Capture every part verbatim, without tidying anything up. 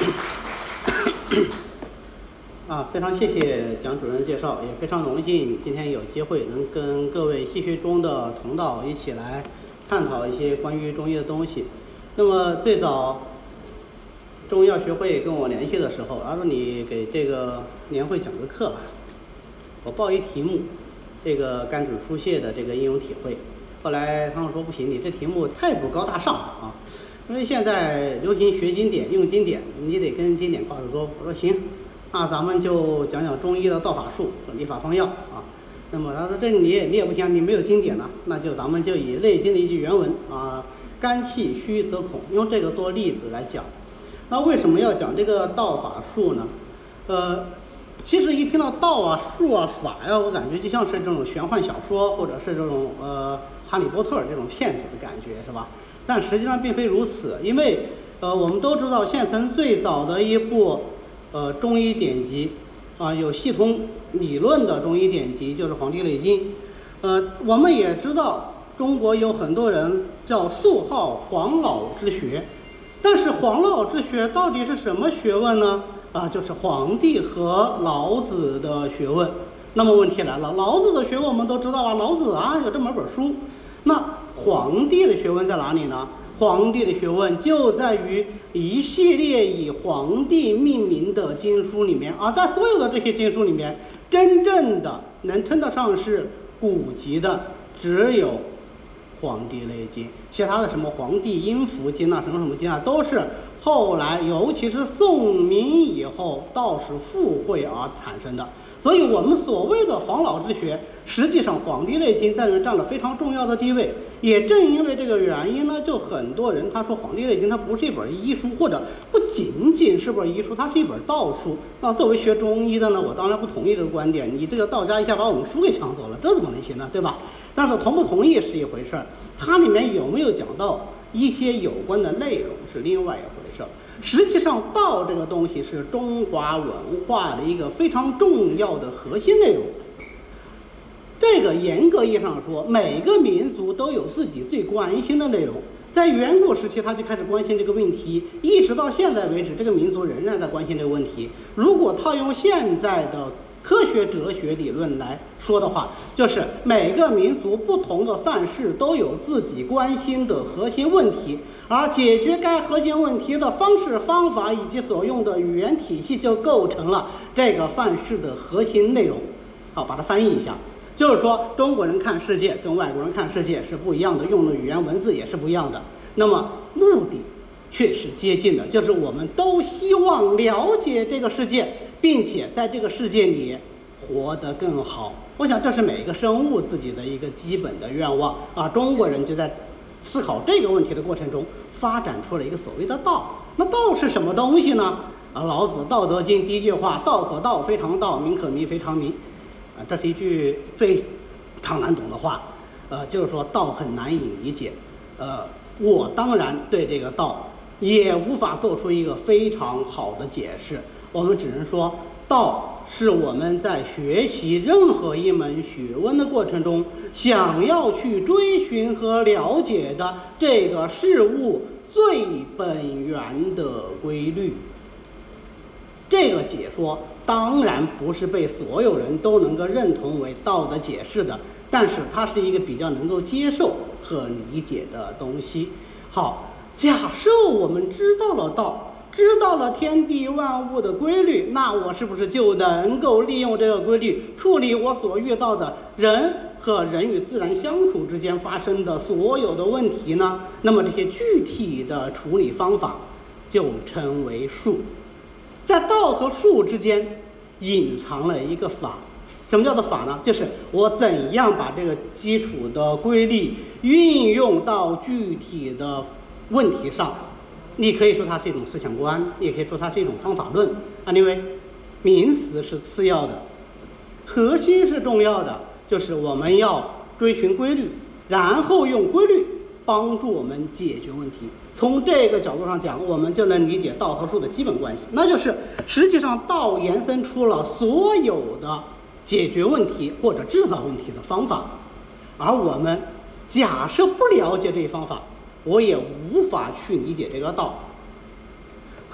啊，非常谢谢蒋主任介绍，也非常荣幸今天有机会能跟各位戏学中的同道一起来探讨一些关于中医的东西。那么最早中医药学会跟我联系的时候，他说你给这个年会讲个课吧，我报一题目，这个肝主疏泄的这个应用体会。后来他们说不行，你这题目太不高大上了啊，因为现在流行学经典用经典，你得跟经典挂个钩。我说行，那咱们就讲讲中医的道法术和理法方药啊。那么他说这你也你也不行，你没有经典呢，那就咱们就以《内经》的一句原文啊，肝气虚则恐，用这个做例子来讲。那为什么要讲这个道法术呢？呃，其实一听到道啊、术啊、法呀、啊，我感觉就像是这种玄幻小说，或者是这种呃哈利波特这种骗子的感觉，是吧？但实际上并非如此，因为呃我们都知道现存最早的一部呃中医典籍啊、呃，有系统理论的中医典籍就是《黄帝内经》。呃，我们也知道中国有很多人叫素号黄老之学。但是黄老之学到底是什么学问呢？啊，就是黄帝和老子的学问。那么问题来了，老子的学问我们都知道啊，老子啊有这么本书。那黄帝的学问在哪里呢？黄帝的学问就在于一系列以黄帝命名的经书里面，而在所有的这些经书里面，真正的能称得上是古籍的只有《黄帝内经》，其他的什么《黄帝阴符经》啊，什么什么经啊，都是后来，尤其是宋明以后道士附会而产生的。所以我们所谓的黄老之学，实际上《黄帝内经》在这占了非常重要的地位。也正因为这个原因呢，就很多人他说《黄帝内经》它不是一本医书，或者不仅仅是本医书，它是一本道书。那作为学中医的呢，我当然不同意这个观点。你这个道家一下把我们书给抢走了，这怎么能行呢？对吧？但是同不同意是一回事儿，它里面有没有讲到一些有关的内容是另外一回事儿。实际上，道这个东西是中华文化的一个非常重要的核心内容。这个严格意义上说，每个民族都有自己最关心的内容。在远古时期，他就开始关心这个问题，一直到现在为止，这个民族仍然在关心这个问题。如果套用现在的科学哲学理论来说的话，就是每个民族不同的范式都有自己关心的核心问题，而解决该核心问题的方式方法以及所用的语言体系就构成了这个范式的核心内容。好，把它翻译一下，就是说中国人看世界跟外国人看世界是不一样的，用的语言文字也是不一样的，那么目的却是接近的，就是我们都希望了解这个世界，并且在这个世界里活得更好。我想这是每个生物自己的一个基本的愿望啊。中国人就在思考这个问题的过程中发展出了一个所谓的道。那道是什么东西呢？啊，老子《道德经》第一句话，道可道非常道，名可名非常名。啊，这是一句非常难懂的话，呃，就是说道很难以理解。呃，我当然对这个道也无法做出一个非常好的解释，我们只能说道是我们在学习任何一门学问的过程中想要去追寻和了解的这个事物最本源的规律。这个解说当然不是被所有人都能够认同为道的解释的，但是它是一个比较能够接受和理解的东西。好，假设我们知道了道，知道了天地万物的规律，那我是不是就能够利用这个规律处理我所遇到的人和人与自然相处之间发生的所有的问题呢？那么这些具体的处理方法就称为术。在道和术之间隐藏了一个法。什么叫做法呢？就是我怎样把这个基础的规律运用到具体的问题上。你可以说它是一种思想观，也可以说它是一种方法论。Anyway，名词是次要的，核心是重要的，就是我们要追寻规律，然后用规律帮助我们解决问题。从这个角度上讲，我们就能理解道和术的基本关系，那就是实际上道延伸出了所有的解决问题或者制造问题的方法，而我们假设不了解这一方法，我也无法去理解这个道。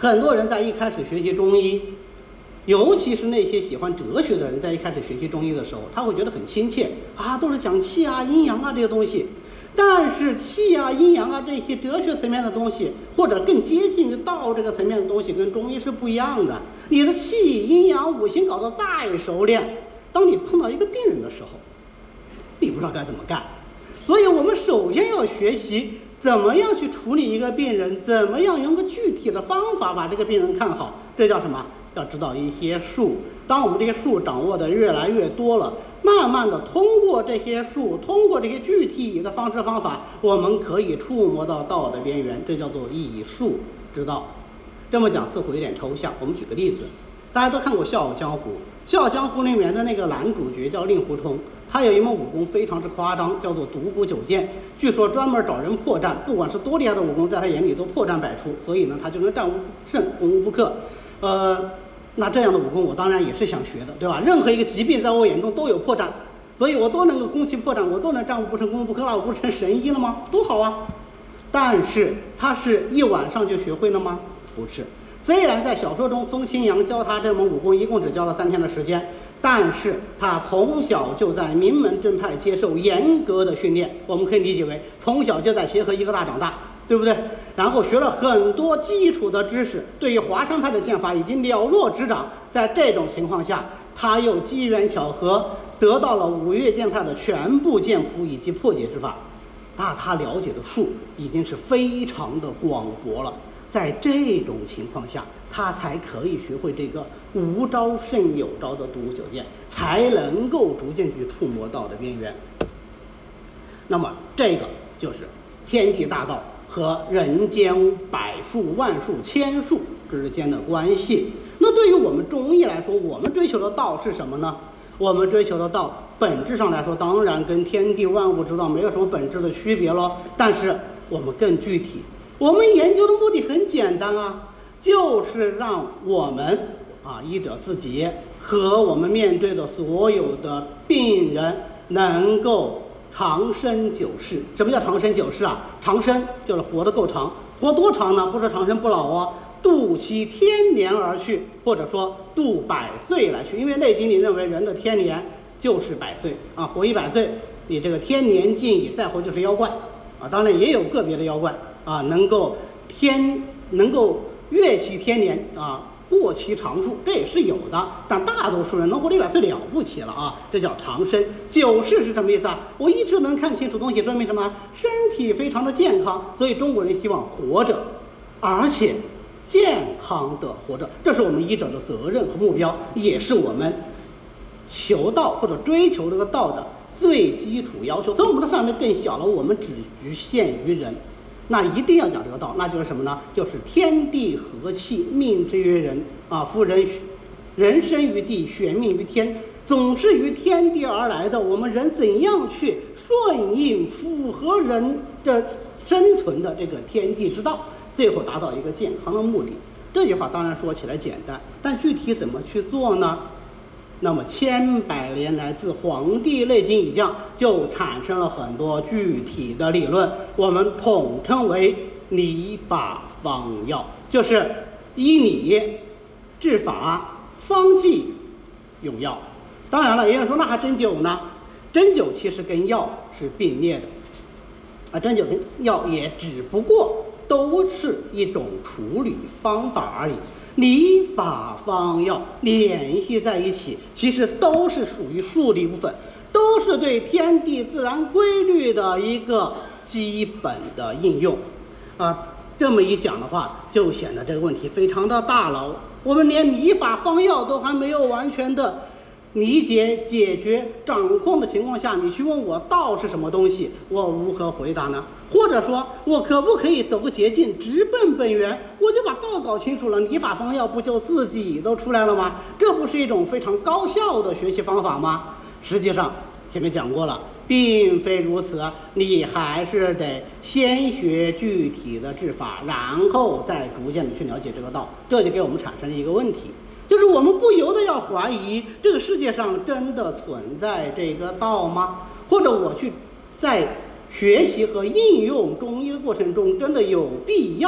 很多人在一开始学习中医，尤其是那些喜欢哲学的人，在一开始学习中医的时候，他会觉得很亲切啊，都是讲气啊、阴阳啊这些东西。但是气啊、阴阳啊这些哲学层面的东西，或者更接近于道这个层面的东西，跟中医是不一样的。你的气、阴阳、五行搞得再熟练，当你碰到一个病人的时候，你不知道该怎么干。所以我们首先要学习怎么样去处理一个病人，怎么样用个具体的方法把这个病人看好。这叫什么？要知道一些术。当我们这些术掌握的越来越多了，慢慢的通过这些术，通过这些具体的方式方法，我们可以触摸到道的边缘，这叫做以术之道。这么讲似乎有点抽象，我们举个例子。大家都看过《笑傲江湖》，《笑傲江湖》里面的那个男主角叫令狐冲，他有一门武功非常之夸张，叫做独孤九剑。据说专门找人破绽，不管是多厉害的武功，在他眼里都破绽百出，所以呢，他就能战无不胜，攻无不克。呃，那这样的武功我当然也是想学的，对吧？任何一个疾病在我眼中都有破绽，所以我都能够攻其破绽，我都能战无不胜，攻无不克了，我不成神医了吗？多好啊！但是他是一晚上就学会了吗？不是。虽然在小说中风清扬教他这门武功一共只教了三天的时间，但是他从小就在名门正派接受严格的训练，我们可以理解为从小就在协和医科大长大，对不对？然后学了很多基础的知识，对于华山派的剑法已经了若指掌。在这种情况下，他又机缘巧合得到了五岳剑派的全部剑谱以及破解之法，那他了解的术已经是非常的广博了。在这种情况下，他才可以学会这个无招胜有招的独孤九剑，才能够逐渐去触摸道的边缘。那么这个就是天地大道和人间百术、万术、千术之间的关系。那对于我们中医来说，我们追求的道是什么呢？我们追求的道本质上来说，当然跟天地万物之道没有什么本质的区别咯，但是我们更具体。我们研究的目的很简单啊，就是让我们啊医者自己和我们面对的所有的病人能够长生久世。什么叫长生久世啊？长生就是活得够长，活多长呢？不是长生不老哦，度其天年而去，或者说度百岁来去。因为《内经》里认为人的天年就是百岁啊，活一百岁，你这个天年尽矣，再活就是妖怪啊。当然也有个别的妖怪啊，能够天能够越其天年啊，过其长数，这也是有的。但大多数人能活一百岁了不起了啊，这叫长生。久视是什么意思啊？我一直能看清楚东西，说明什么？身体非常的健康。所以中国人希望活着，而且健康的活着，这是我们医者的责任和目标，也是我们求道或者追求这个道的最基础要求。所以我们的范围更小了，我们只局限于人。那一定要讲这个道，那就是什么呢？就是天地和气，命之于人啊，夫人人生于地，选命于天，总是于天地而来的。我们人怎样去顺应符合人的生存的这个天地之道，最后达到一个健康的目的。这句话当然说起来简单，但具体怎么去做呢？那么千百年来自《黄帝内经》以降，就产生了很多具体的理论，我们统称为理法方药，就是医理、治法、方剂、用药。当然了，有人说那还针灸呢？针灸其实跟药是并列的，啊，针灸跟药也只不过都是一种处理方法而已。理法方药联系在一起，其实都是属于术的一部分，都是对天地自然规律的一个基本的应用啊。这么一讲的话，就显得这个问题非常的大了。我们连理法方药都还没有完全的理解、解决、掌控的情况下，你去问我道是什么东西，我如何回答呢？或者说我可不可以走个捷径，直奔本源，我就把道搞清楚了，理法方药不就自己都出来了吗？这不是一种非常高效的学习方法吗？实际上前面讲过了，并非如此，你还是得先学具体的治法，然后再逐渐的去了解这个道。这就给我们产生了一个问题，就是我们不由得要怀疑，这个世界上真的存在这个道吗？或者我去在学习和应用中医的过程中，真的有必要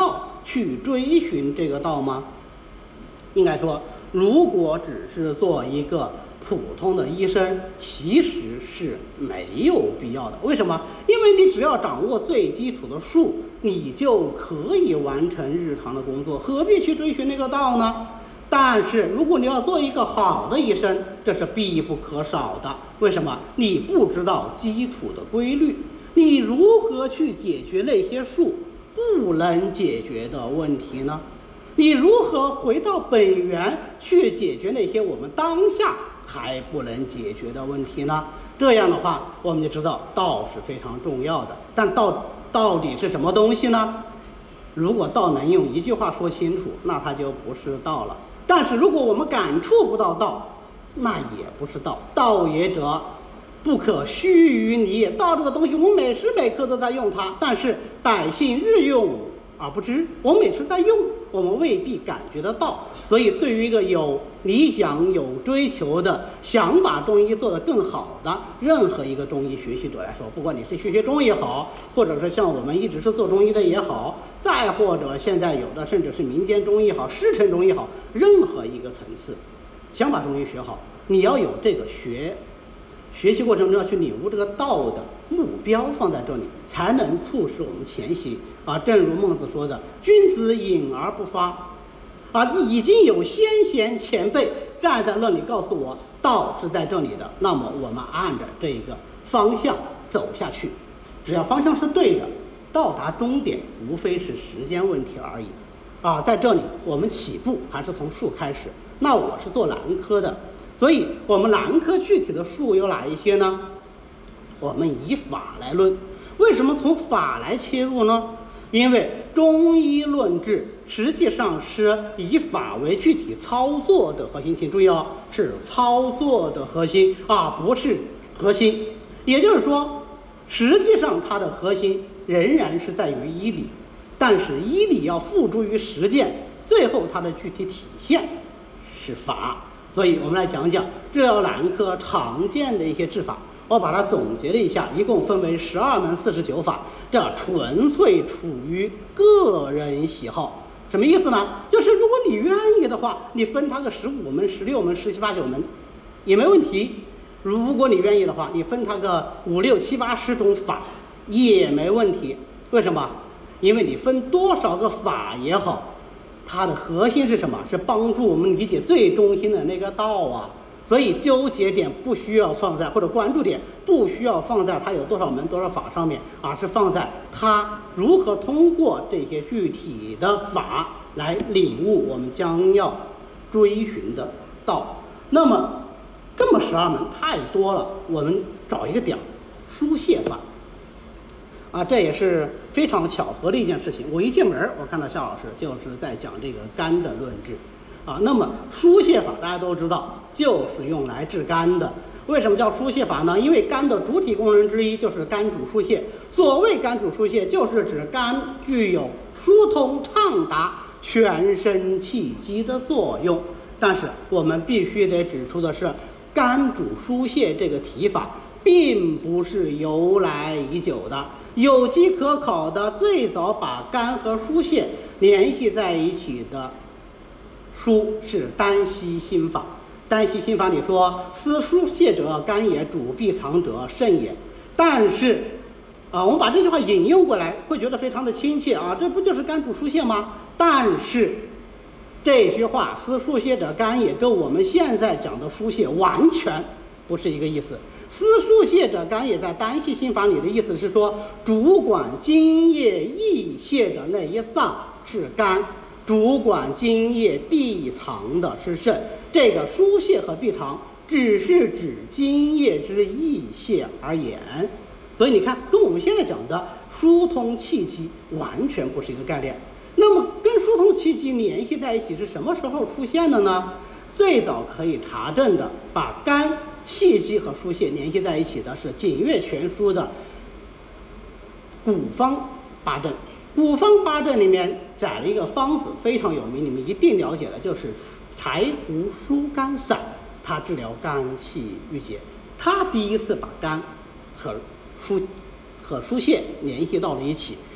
去追寻这个道吗？应该说，如果只是做一个普通的医生，其实是没有必要的。为什么？因为你只要掌握最基础的术，你就可以完成日常的工作，何必去追寻那个道呢？但是如果你要做一个好的医生，这是必不可少的。为什么？你不知道基础的规律，你如何去解决那些术不能解决的问题呢？你如何回到本源去解决那些我们当下还不能解决的问题呢？这样的话，我们就知道道是非常重要的。但道到底是什么东西呢？如果道能用一句话说清楚，那它就不是道了。但是如果我们感触不到道，那也不是道。道也者，不可虚于离。道这个东西，我们每时每刻都在用它，但是百姓日用而不知。我们每次在用，我们未必感觉得到。所以对于一个有理想有追求的，想把中医做得更好的任何一个中医学习者来说，不管你是学学中医也好，或者是像我们一直是做中医的也好，再或者现在有的甚至是民间中医好，师承中医好，任何一个层次想把中医学好，你要有这个学学习过程中要去领悟这个道的目标放在这里，才能促使我们前行啊。正如孟子说的，君子隐而不发啊，已经有先贤前辈站在那里告诉我道是在这里的，那么我们按着这个方向走下去，只要方向是对的，到达终点无非是时间问题而已啊。在这里我们起步还是从术开始。那我是做男科的，所以我们男科具体的术有哪一些呢？我们以法来论。为什么从法来切入呢？因为中医论治实际上是以法为具体操作的核心，请注意哦，是操作的核心啊，不是核心。也就是说，实际上它的核心仍然是在于医理，但是医理要付诸于实践，最后它的具体体现是法。所以我们来讲讲治疗男科常见的一些治法，我把它总结了一下，一共分为十二门四十九法，这纯粹处于个人喜好。什么意思呢？就是如果你愿意的话，你分它个十五门、十六门、十七八九门也没问题。如果你愿意的话，你分它个五六七八十种法也没问题。为什么？因为你分多少个法也好，它的核心是什么？是帮助我们理解最中心的那个道啊。所以纠结点不需要放在，或者关注点不需要放在它有多少门多少法上面，而是放在它如何通过这些具体的法来领悟我们将要追寻的道。那么这么十二门太多了，我们找一个点，疏泄法啊，这也是非常巧合的一件事情。我一进门，我看到夏老师就是在讲这个肝的论治啊。那么疏泄法大家都知道，就是用来治肝的。为什么叫疏泄法呢？因为肝的主体功能之一就是肝主疏泄。所谓肝主疏泄，就是指肝具有疏通畅达全身气机的作用。但是我们必须得指出的是，肝主疏泄这个提法并不是由来已久的。有迹可考的，最早把肝和疏泄联系在一起的书是丹溪心法。丹溪心法里说，思疏泄者，肝也；主闭藏者，肾也。但是啊，我们把这句话引用过来，会觉得非常的亲切啊，这不就是肝主疏泄吗？但是这句话思疏泄者，肝也跟我们现在讲的疏泄完全不是一个意思。思疏泄者，肝也在丹溪心法里的意思是说，主管津液溢泄的那一脏是肝，主管津液闭藏的是肾。这个疏泄和闭藏只是指津液之溢泄而言。所以你看，跟我们现在讲的疏通气机完全不是一个概念。那么跟疏通气机联系在一起是什么时候出现的呢？最早可以查证的，把肝气机和疏泄联系在一起的是《景岳全书》的古方八阵。古方八阵里面载了一个方子，非常有名，你们一定了解的，就是柴胡疏肝散，它治疗肝气郁结。它第一次把肝和疏和疏泄联系到了一起，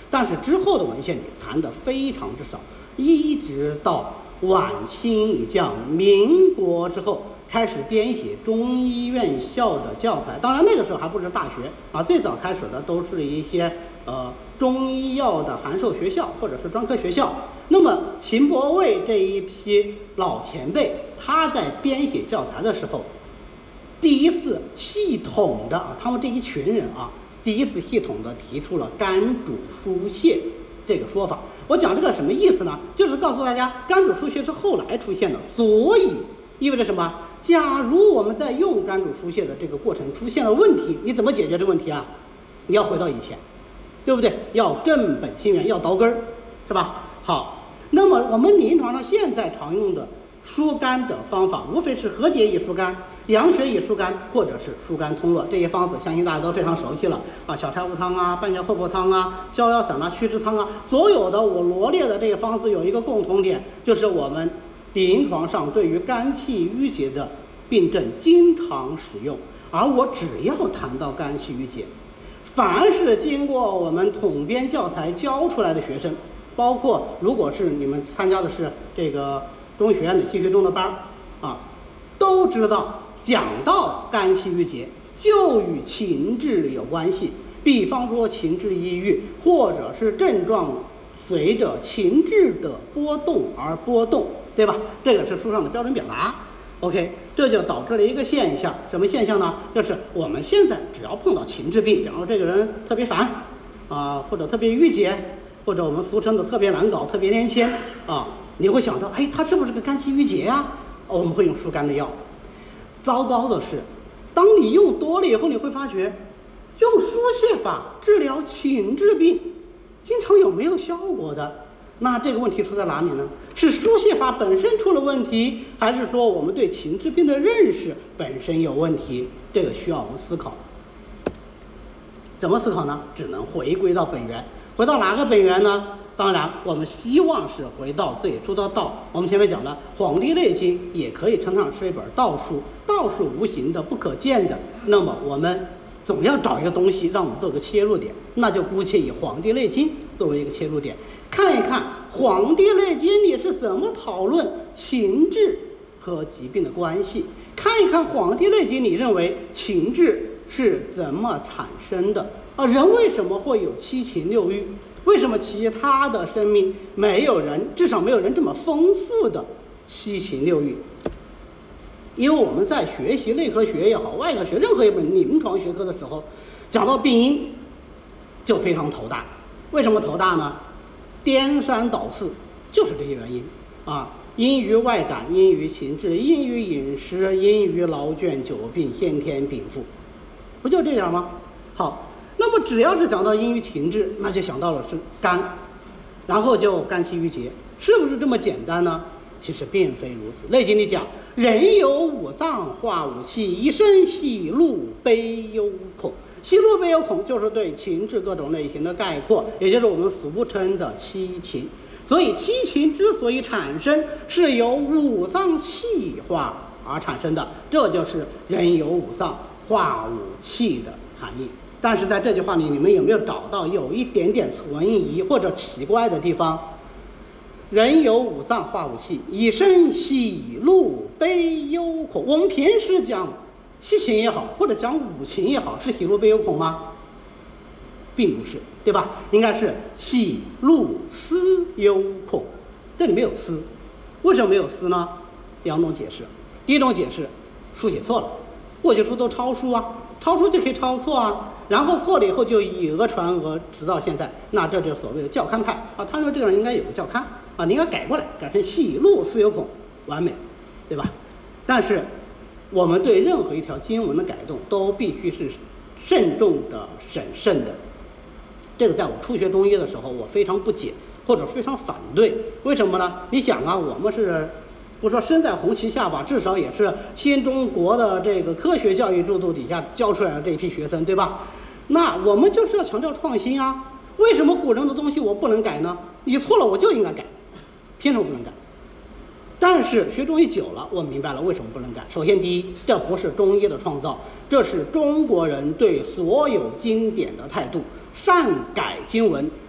但是之后的文献里谈的非常之少，一直到晚清以降，民国之后开始编写中医院校的教材。当然那个时候还不是大学啊，最早开始的都是一些呃中医药的函授学校或者是专科学校。那么秦伯卫这一批老前辈，他在编写教材的时候，第一次系统的啊，他们这一群人啊，第一次系统的提出了肝主疏泄这个说法。我讲这个什么意思呢？就是告诉大家，肝主疏泄是后来出现的，所以意味着什么？假如我们在用肝主疏泄的这个过程出现了问题，你怎么解决这个问题啊？你要回到以前，对不对？要正本清源，要倒根儿，是吧？好。那么我们临床上现在常用的疏肝的方法，无非是和解乙疏肝、养血乙疏肝，或者是疏肝通络。这些方子相信大家都非常熟悉了啊，小柴胡汤啊、半夏厚朴汤啊、逍遥散啊、祛湿汤啊，所有的我罗列的这些方子有一个共同点，就是我们临床上对于肝气郁结的病症经常使用。而我只要谈到肝气郁结，凡是经过我们统编教材教出来的学生，包括如果是你们参加的是这个中医学院的气血中的班啊，都知道讲到肝气郁结就与情志有关系。比方说情志抑郁，或者是症状随着情志的波动而波动，对吧？这个是书上的标准表达。OK， 这就导致了一个现象，什么现象呢？就是我们现在只要碰到情志病，比方说这个人特别烦啊，或者特别郁结，或者我们俗称的特别难搞、特别连牵啊，你会想到，哎，他是不是个肝气郁结呀？哦，我们会用疏肝的药。糟糕的是，当你用多了以后，你会发觉，用疏泄法治疗情志病，经常有没有效果的？那这个问题出在哪里呢？是疏泄法本身出了问题，还是说我们对情志病的认识本身有问题？这个需要我们思考。怎么思考呢？只能回归到本源。回到哪个本源呢？当然我们希望是回到最初的道。我们前面讲了，《黄帝内经》也可以称上是一本道书，道是无形的、不可见的。那么我们总要找一个东西让我们做个切入点，那就姑且以《黄帝内经》作为一个切入点，看一看《黄帝内经》里是怎么讨论情志和疾病的关系，看一看《黄帝内经》里认为情志是怎么产生的啊？人为什么会有七情六欲？为什么其他的生命没有人，至少没有人这么丰富的七情六欲？因为我们在学习内科学也好，外科学任何一本临床学科的时候，讲到病因就非常头大。为什么头大呢？颠三倒四，就是这些原因啊，因于外感，因于情志，因于饮食，因于劳倦久病，先天禀赋，不就这样吗？好，那么只要是讲到因于情志，那就想到了是肝，然后就肝气郁结，是不是这么简单呢？其实并非如此。《内经》里讲，人有五脏，化五气，一生喜怒悲忧恐。喜怒悲忧恐就是对情志各种类型的概括，也就是我们俗称的七情。所以七情之所以产生，是由五脏气化而产生的，这就是人有五脏，化五气的含义。但是在这句话里，你们有没有找到有一点点存疑或者奇怪的地方？人有五脏，化五气，以生喜怒悲忧恐。我们平时讲七情也好，或者讲五情也好，是喜怒悲忧恐吗？并不是，对吧？应该是喜怒思忧恐。这里没有思，为什么没有思呢？两种解释。第一种解释，书写错了，过去书都抄书啊，抄书就可以抄错啊，然后错了以后就以讹传讹，直到现在，那这就是所谓的校勘派啊。他说这个人应该有个校勘啊，你应该改过来，改成喜怒思忧恐，完美，对吧？但是我们对任何一条经文的改动都必须是慎重的、审慎的。这个在我初学中医的时候，我非常不解，或者非常反对。为什么呢？你想啊，我们是不说身在红旗下吧，至少也是新中国的这个科学教育制度底下教出来的这一批学生，对吧？那我们就是要强调创新啊。为什么古人的东西我不能改呢？你错了我就应该改，凭什么不能改？但是学中医久了，我明白了为什么不能改。首先，第一，这不是中医的创造，这是中国人对所有经典的态度。善改经文，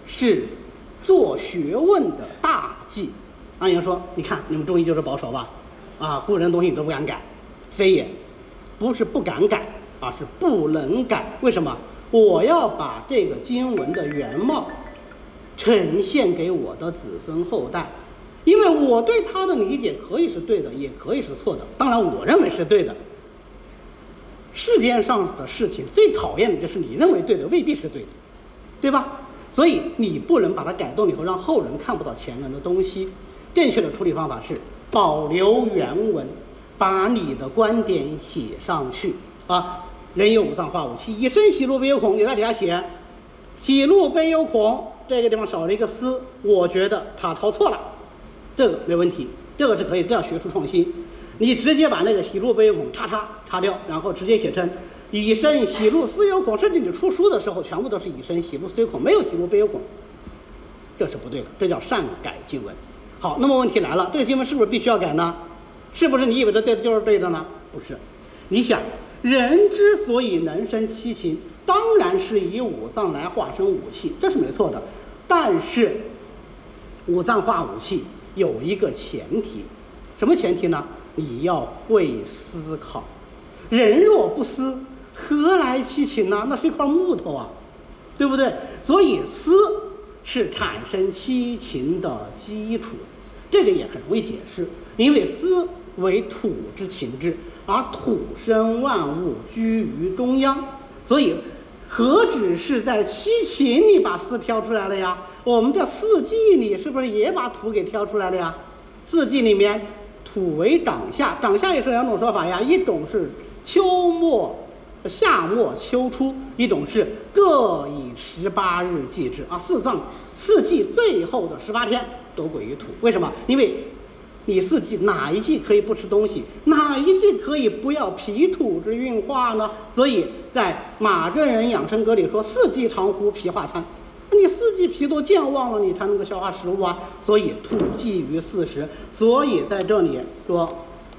是做学问的大忌。按言说，你看你们中医就是保守吧，啊，古人东西你都不敢改，非也，不是不敢改，而是不能改。为什么？我要把这个经文的原貌呈现给我的子孙后代，因为我对他的理解可以是对的，也可以是错的。当然，我认为是对的。世间上的事情最讨厌的就是你认为对的未必是对的，对吧？所以你不能把它改动以后让后人看不到前人的东西。正确的处理方法是保留原文，把你的观点写上去啊。人有五脏化五气，以身喜怒悲忧恐，你在底下写喜怒悲忧恐，这个地方少了一个思，我觉得他抄错了，这个没问题，这个是可以，这样学术创新。你直接把那个喜怒悲忧恐叉叉叉掉，然后直接写成以身喜怒思忧恐，甚至你出书的时候全部都是以身喜怒思忧恐，没有喜怒悲忧恐，这是不对的，这叫擅改经文。好，那么问题来了，这个经文是不是必须要改呢？是不是你以为这对的就是对的呢？不是。你想，人之所以能生七情，当然是以五脏来化生五气，这是没错的。但是五脏化五气有一个前提，什么前提呢？你要会思考。人若不思，何来七情呢？那是一块木头啊，对不对？所以思是产生七情的基础，这个也很容易解释，因为思为土之情志，而土生万物，居于中央，所以何止是在七情里把思挑出来了呀？我们在四季里是不是也把土给挑出来了呀？四季里面土为长夏，长夏也是两种说法呀，一种是秋末夏末秋初，一种是各以十八日计之啊，四脏四季最后的十八天都归于土。为什么？因为你四季哪一季可以不吃东西，哪一季可以不要脾土之运化呢？所以在马正人养生歌里说，四季常乎脾化餐，你四季脾都健忘了，你才能够消化食物啊。所以土寄于四时，所以在这里说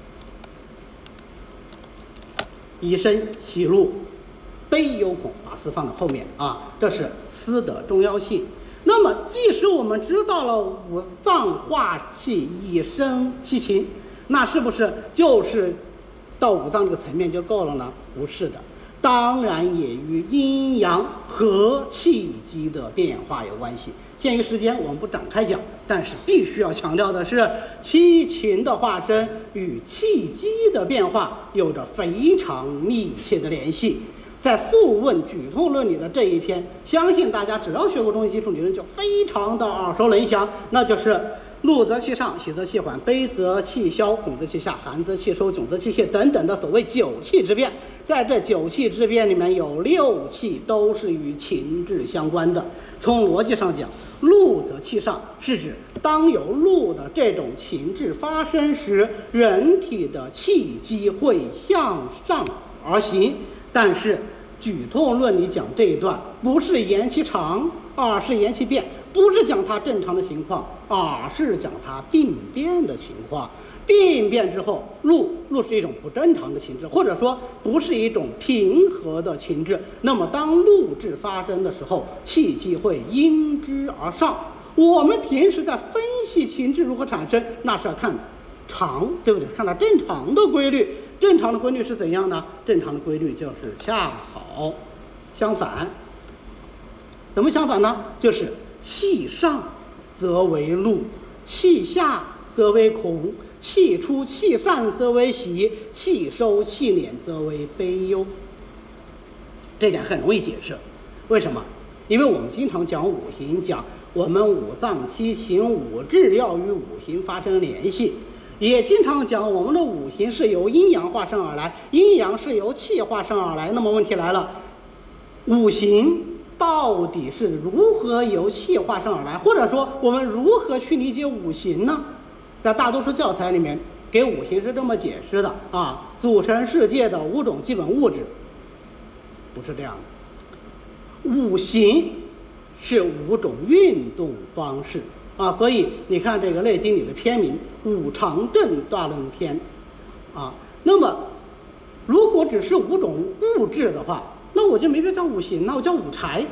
以身喜怒悲忧恐，把思放在后面啊，这是思的重要性。那么即使我们知道了五脏化气以生七情，那是不是就是到五脏这个层面就够了呢？不是的，当然也与阴阳和气机的变化有关系。限于时间我们不展开讲，但是必须要强调的是，七情的化身与气机的变化有着非常密切的联系。在《素问·举痛论》里的这一篇，相信大家只要学过中医基础理论就非常的耳熟能详，那就是怒则气上，喜则气缓，悲则气消，恐则气下，寒则气收，窘则气泄等等的所谓九气之变。在这九气之变里面有六气都是与情志相关的。从逻辑上讲，怒则气上是指当有怒的这种情志发生时，人体的气机会向上而行。但是举痛论里讲这一段不是言其长，而是言其变，不是讲它正常的情况，而是讲它病变的情况。病变之后，怒怒是一种不正常的情志，或者说不是一种平和的情志。那么当怒滞发生的时候，气机会因之而上。我们平时在分析情志如何产生，那是要看常，对不对？看它正常的规律。正常的规律是怎样呢？正常的规律就是恰好相反。怎么相反呢？就是气上则为怒，气下则为恐，气出气散则为喜，气收气敛则为悲忧。这点很容易解释。为什么？因为我们经常讲五行，讲我们五脏七情五志要与五行发生联系，也经常讲我们的五行是由阴阳化生而来，阴阳是由气化生而来。那么问题来了，五行到底是如何由气化生而来，或者说我们如何去理解五行呢？在大多数教材里面给五行是这么解释的啊，组成世界的五种基本物质，不是这样的。五行是五种运动方式啊，所以你看这个《内经》里的篇名《五常正大论篇》啊，那么如果只是五种物质的话，那我就没必要叫五行，那我叫五柴，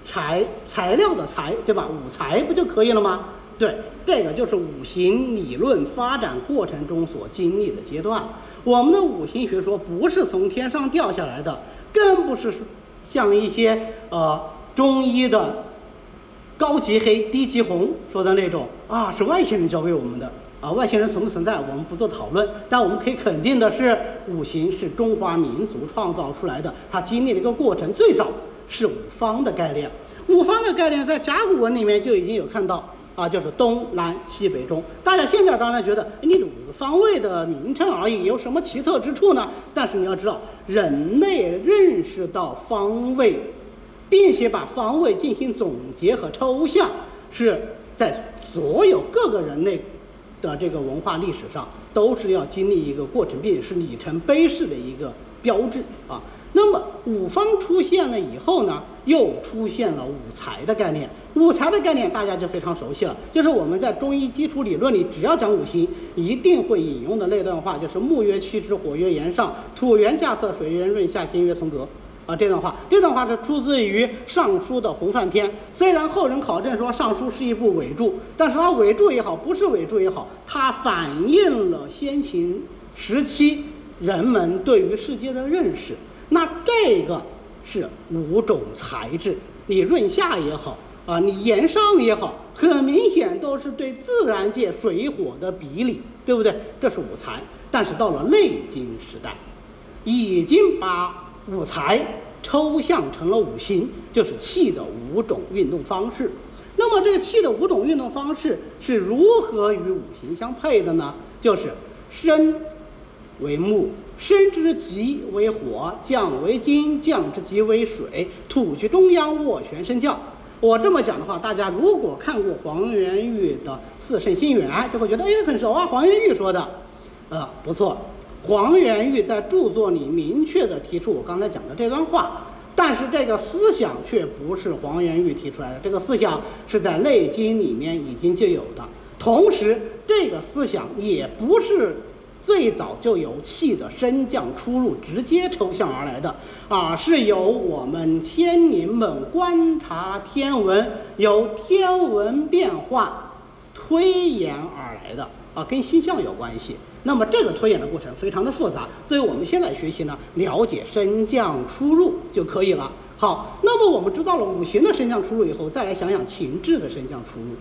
材材料的材，对吧？五材不就可以了吗？对，这个就是五行理论发展过程中所经历的阶段。我们的五行学说不是从天上掉下来的，更不是像一些呃中医的高级黑低级红说的那种啊，是外星人教给我们的啊，外星人存不存在我们不做讨论，但我们可以肯定的是，五行是中华民族创造出来的，它经历了一个过程，最早是五方的概念。五方的概念在甲骨文里面就已经有看到啊，就是东南西北中。大家现在当然觉得你五个方位的名称而已，有什么奇特之处呢？但是你要知道，人类认识到方位，并且把方位进行总结和抽象，是在所有各个人类的这个文化历史上都是要经历一个过程，并且是里程碑式的一个标志啊。那么五方出现了以后呢，又出现了五财的概念。五财的概念大家就非常熟悉了，就是我们在中医基础理论里，只要讲五行，一定会引用的那段话，就是木曰曲直，火曰炎上，土元稼穑，水曰润下，金曰从革。啊，这段话，这段话是出自于《尚书》的《洪范篇》。虽然后人考证说《尚书》是一部伪著，但是它伪著也好，不是伪著也好，它反映了先秦时期人们对于世界的认识。那这个是五种材质，你润下也好啊，你炎上也好，很明显都是对自然界水火的比理，对不对？这是五材。但是到了内经时代，已经把五材抽象成了五行，就是气的五种运动方式。那么这个气的五种运动方式是如何与五行相配的呢？就是生为木，生之极为火，降为金，降之极为水，土居中央，斡旋升降。我这么讲的话，大家如果看过黄元玉的《四圣心源》，就会觉得哎很熟啊，黄元玉说的，呃不错。黄元玉在著作里明确地提出我刚才讲的这段话，但是这个思想却不是黄元玉提出来的，这个思想是在《内经》里面已经就有的。同时，这个思想也不是最早就由气的升降出入直接抽象而来的，而是由我们天民们观察天文，由天文变化推演而来的啊，跟星象有关系。那么这个推演的过程非常的复杂，所以我们现在学习呢，了解升降出入就可以了。好，那么我们知道了五行的升降出入以后，再来想想情志的升降出入。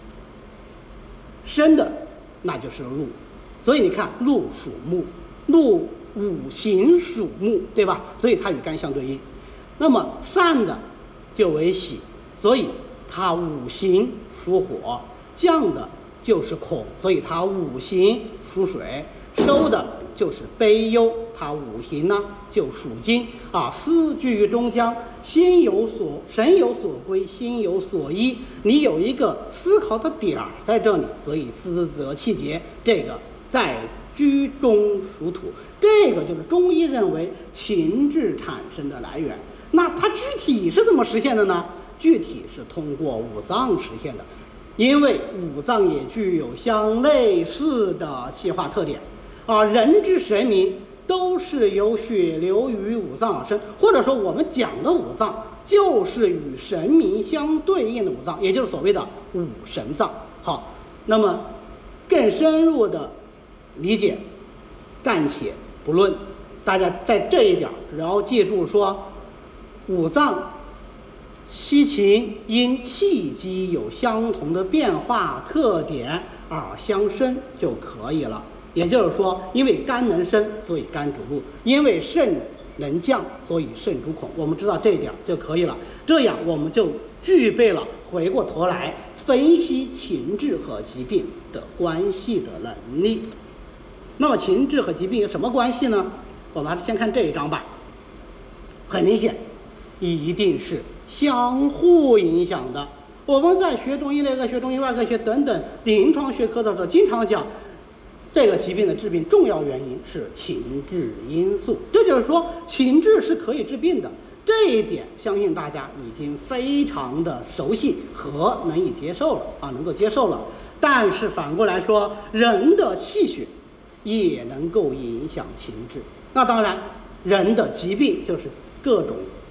生的那就是禄，所以你看禄属木，禄五行属木，对吧？所以它与肝相对应。那么散的就为喜，所以它五行属火。降的就是恐，所以它五行属水。收的就是悲忧，它五行呢就属金啊。思居于中将，心有所神有所归，心有所依。你有一个思考的点儿在这里，所以思则气结。这个在居中属土，这个就是中医认为情志产生的来源。那它具体是怎么实现的呢？具体是通过五脏实现的，因为五脏也具有相类似的气化特点。啊，人之神明都是由血流于五脏而生，或者说我们讲的五脏就是与神明相对应的五脏，也就是所谓的五神脏。好，那么更深入的理解，暂且不论，大家在这一点只要记住说，五脏七情因气机有相同的变化特点而相生就可以了。也就是说，因为肝能生，所以肝主禄；因为肾能降，所以肾主恐。我们知道这一点就可以了。这样我们就具备了回过头来分析情志和疾病的关系的能力。那么情志和疾病有什么关系呢？我们还是先看这一章吧。很明显，一定是相互影响的。我们在学中医内科学、中医外科学等等临床学科的时候，经常讲这个疾病的治病重要原因是情志因素。这就是说，情志是可以治病的。这一点相信大家已经非常的熟悉和能以接受了啊，能够接受了。但是反过来说，人的气血也能够影响情志。那当然，人的疾病就是各种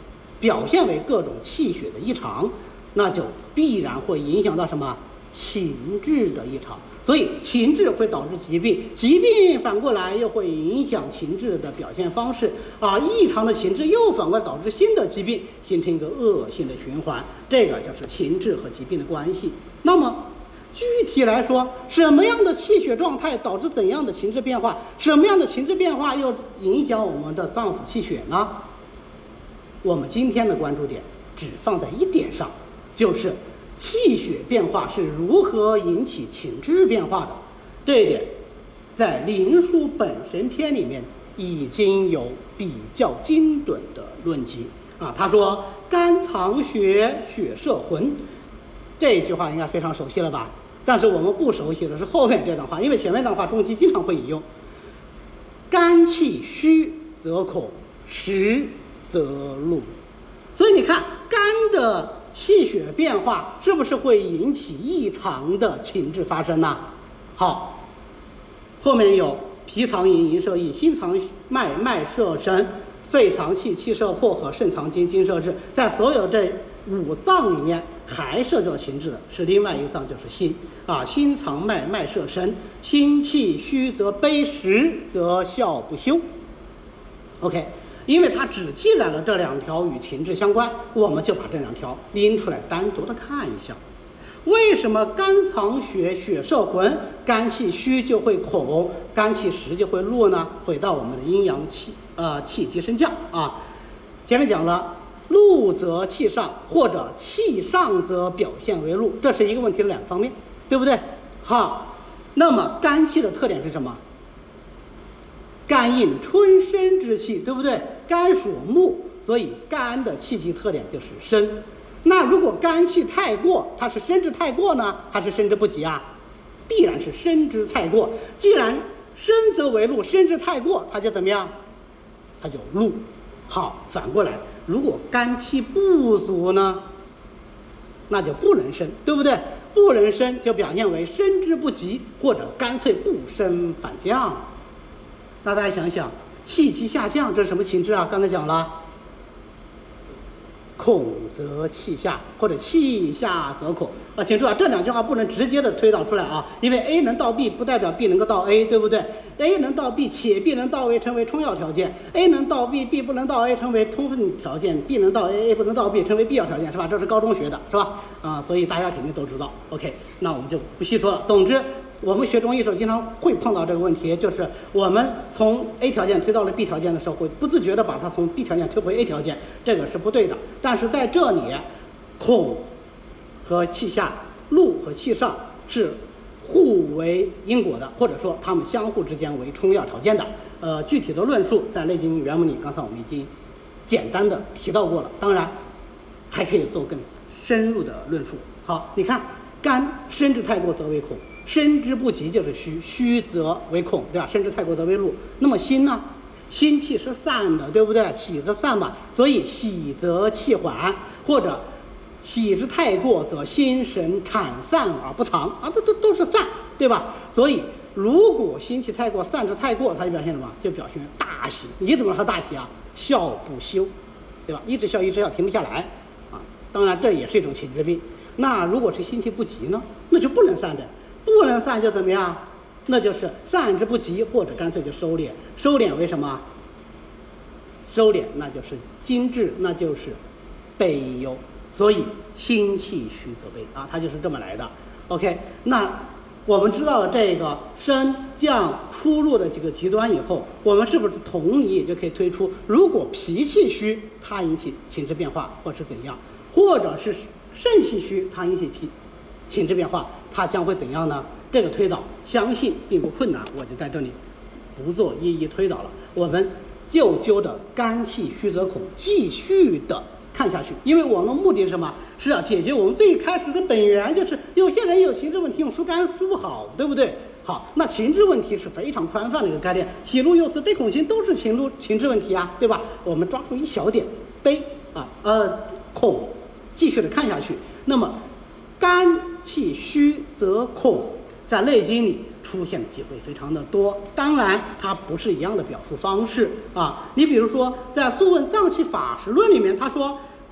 表现为各种气血的异常，那就必然会影响到什么情志的异常。所以情志会导致疾病，疾病反过来又会影响情志的表现方式啊，异常的情志又反过来导致新的疾病，形成一个恶性的循环。这个就是情志和疾病的关系。那么具体来说，什么样的气血状态导致怎样的情志变化？什么样的情志变化又影响我们的脏腑气血呢？我们今天的关注点只放在一点上，就是气血变化是如何引起情志变化的。这一点在《灵枢本神篇》里面已经有比较精准的论及啊。他说肝藏血，血摄魂，这句话应该非常熟悉了吧？但是我们不熟悉的是后面这段话，因为前面这段话中期经常会引用。肝气虚则恐，实则怒。所以你看，肝的气血变化是不是会引起异常的情志发生呢？好，后面有脾藏营，营摄意；心藏脉，脉摄神；肺藏气，气摄魄和；肾藏精，精摄志。在所有这五脏里面，还涉及到情志的是另外一个脏，就是心啊。心藏脉，脉摄神；心气虚则悲，实则笑不休。OK， 因为它只记载了这两条与情志相关，我们就把这两条拎出来单独的看一下。为什么肝藏血，血摄魂，肝气虚就会恐，肝气实就会怒呢？回到我们的阴阳气呃气机升降啊。前面讲了，怒则气上，或者气上则表现为怒，这是一个问题的两方面，对不对？好，那么肝气的特点是什么？肝应春生之气，对不对？肝属木，所以肝的气机特点就是生。那如果肝气太过，它是升之太过呢，还是升之不及啊？必然是升之太过。既然升则为怒，升之太过，它就怎么样？它就怒。好，反过来，如果肝气不足呢，那就不能升，对不对？不能升就表现为升之不及，或者干脆不升反降。那大家想想，气机下降，这是什么情志啊？刚才讲了，恐则气下，或者气下则恐啊。请注意啊，这两句话不能直接的推导出来啊，因为 A 能到 B 不代表 B 能够到 A， 对不对？ A 能到 B 且 B 能到 A 成为充要条件， A 能到 B B 不能到 A 成为充分条件， B 能到 A A 不能到 B 成为必要条件，是吧？这是高中学的，是吧？啊，所以大家肯定都知道。 OK， 那我们就不细说了。总之我们学中医的时候经常会碰到这个问题，就是我们从 A 条件推到了 B 条件的时候，会不自觉的把它从 B 条件推回 A 条件，这个是不对的。但是在这里，恐和气下，怒和气上是互为因果的，或者说它们相互之间为充要条件的。呃，具体的论述在《内经原文》里，刚才我们已经简单的提到过了，当然还可以做更深入的论述。好，你看，肝升之太过则为恐，升之不及就是虚，虚则为恐，对吧？升之太过则为怒。那么心呢？心气是散的，对不对？喜则散嘛，所以喜则气缓，或者喜之太过则心神产散而不藏啊，都都都是散，对吧？所以如果心气太过，散之太过，它就表现什么？就表现为大喜。你怎么说大喜啊？笑不休，对吧？一直笑一直笑，停不下来啊。当然这也是一种情志病。那如果是心气不及呢？那就不能散的，不能散就怎么样？那就是散之不及，或者干脆就收敛。收敛为什么？收敛那就是精致，那就是悲忧。所以心气虚则悲啊，它就是这么来的。OK， 那我们知道了这个升降出入的几个极端以后，我们是不是同理也就可以推出，如果脾气虚，它引起情志变化，或是怎样，或者是肾气虚，它引起脾情志变化，它将会怎样呢？这个推导相信并不困难，我就在这里不做一一推导了。我们就揪着肝气虚则恐继续的看下去，因为我们目的是什么？是要解决我们最开始的本源，就是有些人有情志问题，用疏肝疏不好，对不对？好，那情志问题是非常宽泛的一个概念，喜怒忧思悲恐惊都是情怒情志问题啊，对吧？我们抓住一小点，悲啊呃恐，继续的看下去。那么肝气虚则恐，在《内经》里出现的机会非常的多，当然它不是一样的表述方式啊。你比如说，在《素问脏器法实论》里面，他说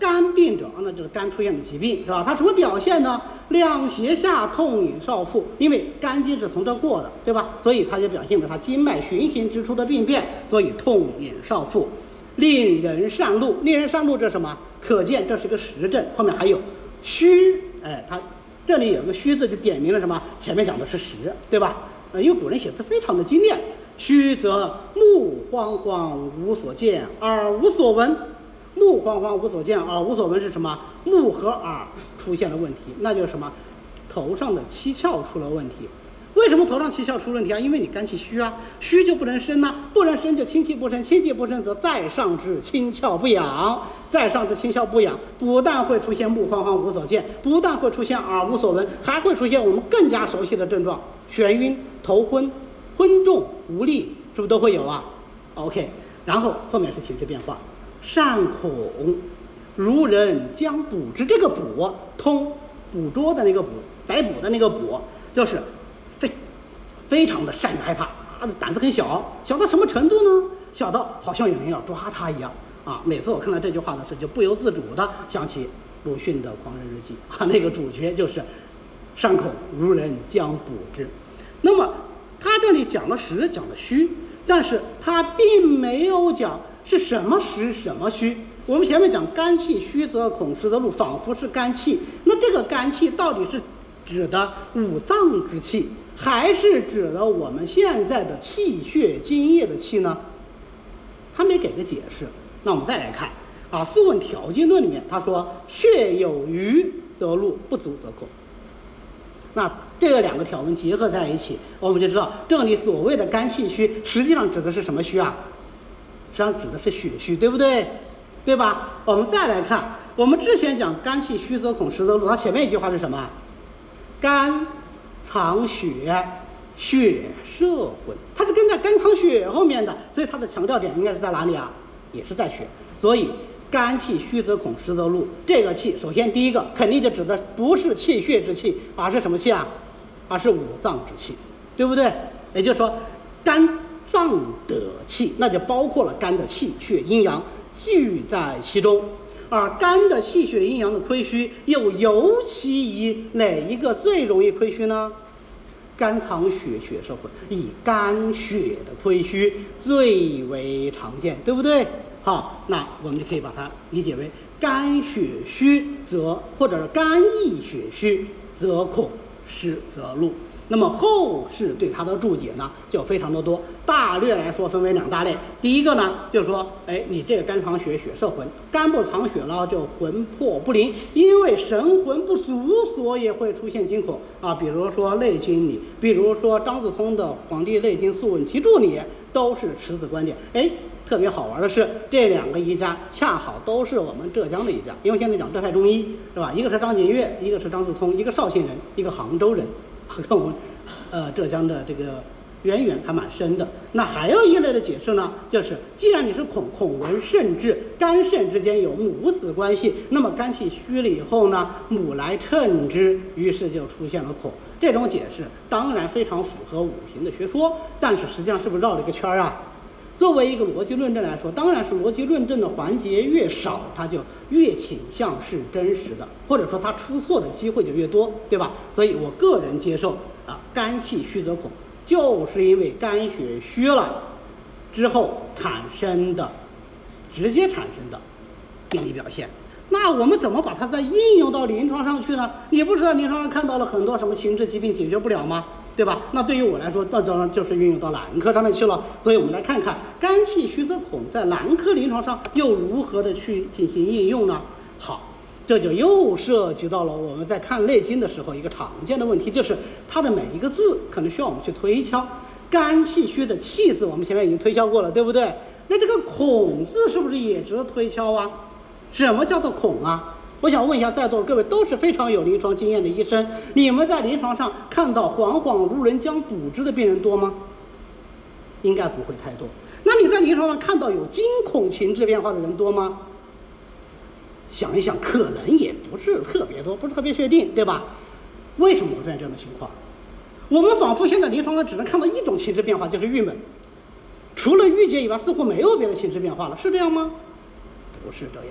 肝病者，那就是肝出现的疾病，是吧？它什么表现呢？两胁下痛饮少腹，因为肝经是从这过的，对吧？所以它就表现为它经脉循行之处的病变，所以痛饮少腹。令人善怒，令人善怒这是什么？可见这是一个实证，后面还有虚，哎，它这里有个虚字就点明了什么？前面讲的是实，对吧？呃，因为古人写字非常的精炼。虚则目慌慌无所见，耳无所闻。目慌慌无所见，耳无所闻是什么？目和耳出现了问题，那就是什么？头上的七窍出了问题。为什么头上七窍出问题啊？因为你肝气虚啊，虚就不能生啊，不能生就清气不生，清气不生则在上之清窍不养，在上之清窍不养，不但会出现目慌慌无所见，不但会出现耳无所闻，还会出现我们更加熟悉的症状：眩晕、头昏、昏重、无力，是不是都会有啊 ？OK， 然后后面是情志变化，善恐，如人将捕之，这个捕通捕捉的那个捕，逮捕的那个捕，就是非非常的善于害怕，啊，胆子很小，小到什么程度呢？小到好像有人要抓他一样啊！每次我看到这句话的时候，就不由自主的想起鲁迅的《狂人日记》啊，那个主角就是善恐，如人将捕之。那么他这里讲了实，讲了虚，但是他并没有讲是什么实什么虚。我们前面讲肝气虚则恐，实则怒，仿佛是肝气。那这个肝气到底是指的五脏之气，还是指的我们现在的气血津液的气呢？他没给个解释。那我们再来看啊，《素问·条经论》里面他说：“血有余则怒，不足则恐。”那这个两个条文结合在一起，我们就知道这里所谓的肝气虚，实际上指的是什么虚啊？实际上指的是血虚，对不对？对吧？我们再来看，我们之前讲肝气虚则恐，实则怒，它前面一句话是什么？肝藏血，血摄魂，它是跟在肝藏血后面的，所以它的强调点应该是在哪里啊？也是在血。所以肝气虚则恐，实则怒，这个气首先第一个肯定就指的不是气血之气，而是什么气啊？而是五脏之气，对不对？也就是说肝脏的气，那就包括了肝的气血阴阳聚在其中，而肝的气血阴阳的亏虚，又尤其以哪一个最容易亏虚呢？肝藏血，血摄魂，以肝血的亏虚最为常见，对不对？好，那我们就可以把它理解为肝血虚则，或者是肝益血虚则恐，实则怒。那么后世对它的注解呢，就非常的多。大略来说，分为两大类。第一个呢，就是说，哎，你这个肝藏血，血摄魂，肝不藏血了，就魂魄不灵，因为神魂不足，所以会出现惊恐啊。比如说《内经》里，比如说张自聪的《黄帝内经素问奇注》里，都是持此观点。哎，特别好玩的是，这两个医家恰好都是我们浙江的医家，因为现在讲浙派中医是吧？一个是张景岳，一个是张自聪，一个绍兴人，一个杭州人。跟我们呃浙江的这个渊源还蛮深的。那还有一类的解释呢，就是既然你是恐恐闻肾志，肝肾之间有母子关系，那么肝气虚了以后呢，母来称之，于是就出现了恐。这种解释当然非常符合五行的学说，但是实际上是不是绕了一个圈啊？作为一个逻辑论证来说，当然是逻辑论证的环节越少，它就越倾向是真实的，或者说它出错的机会就越多，对吧？所以我个人接受啊，肝气虚则恐，就是因为肝血虚了之后产生的，直接产生的病理表现。那我们怎么把它再应用到临床上去呢？你不是在临床上看到了很多什么情志疾病解决不了吗？对吧？那对于我来说，那当然就是运用到男科上面去了。所以我们来看看肝气虚则恐在男科临床上又如何的去进行应用呢？好，这就又涉及到了我们在看《内经》的时候一个常见的问题，就是它的每一个字可能需要我们去推敲。肝气虚的气字我们前面已经推敲过了，对不对？那这个恐字是不是也值得推敲啊？什么叫做恐啊？我想问一下在座的各位，都是非常有临床经验的医生，你们在临床上看到惶惶如人将捕之的病人多吗？应该不会太多。那你在临床上看到有惊恐情志变化的人多吗？想一想，可能也不是特别多，不是特别确定，对吧？为什么会出现这种情况？我们仿佛现在临床上只能看到一种情志变化，就是郁闷，除了郁结以外，似乎没有别的情志变化了，是这样吗？不是这样。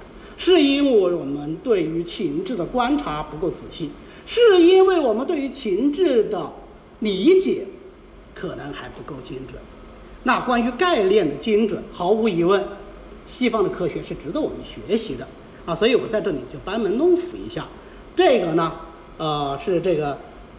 是因为我们对于情志的观察不够仔细，是因为我们对于情志的理解可能还不够精准。那关于概念的精准，毫无疑问，西方的科学是值得我们学习的啊。所以我在这里就班门弄斧一下，这个呢，呃，是这个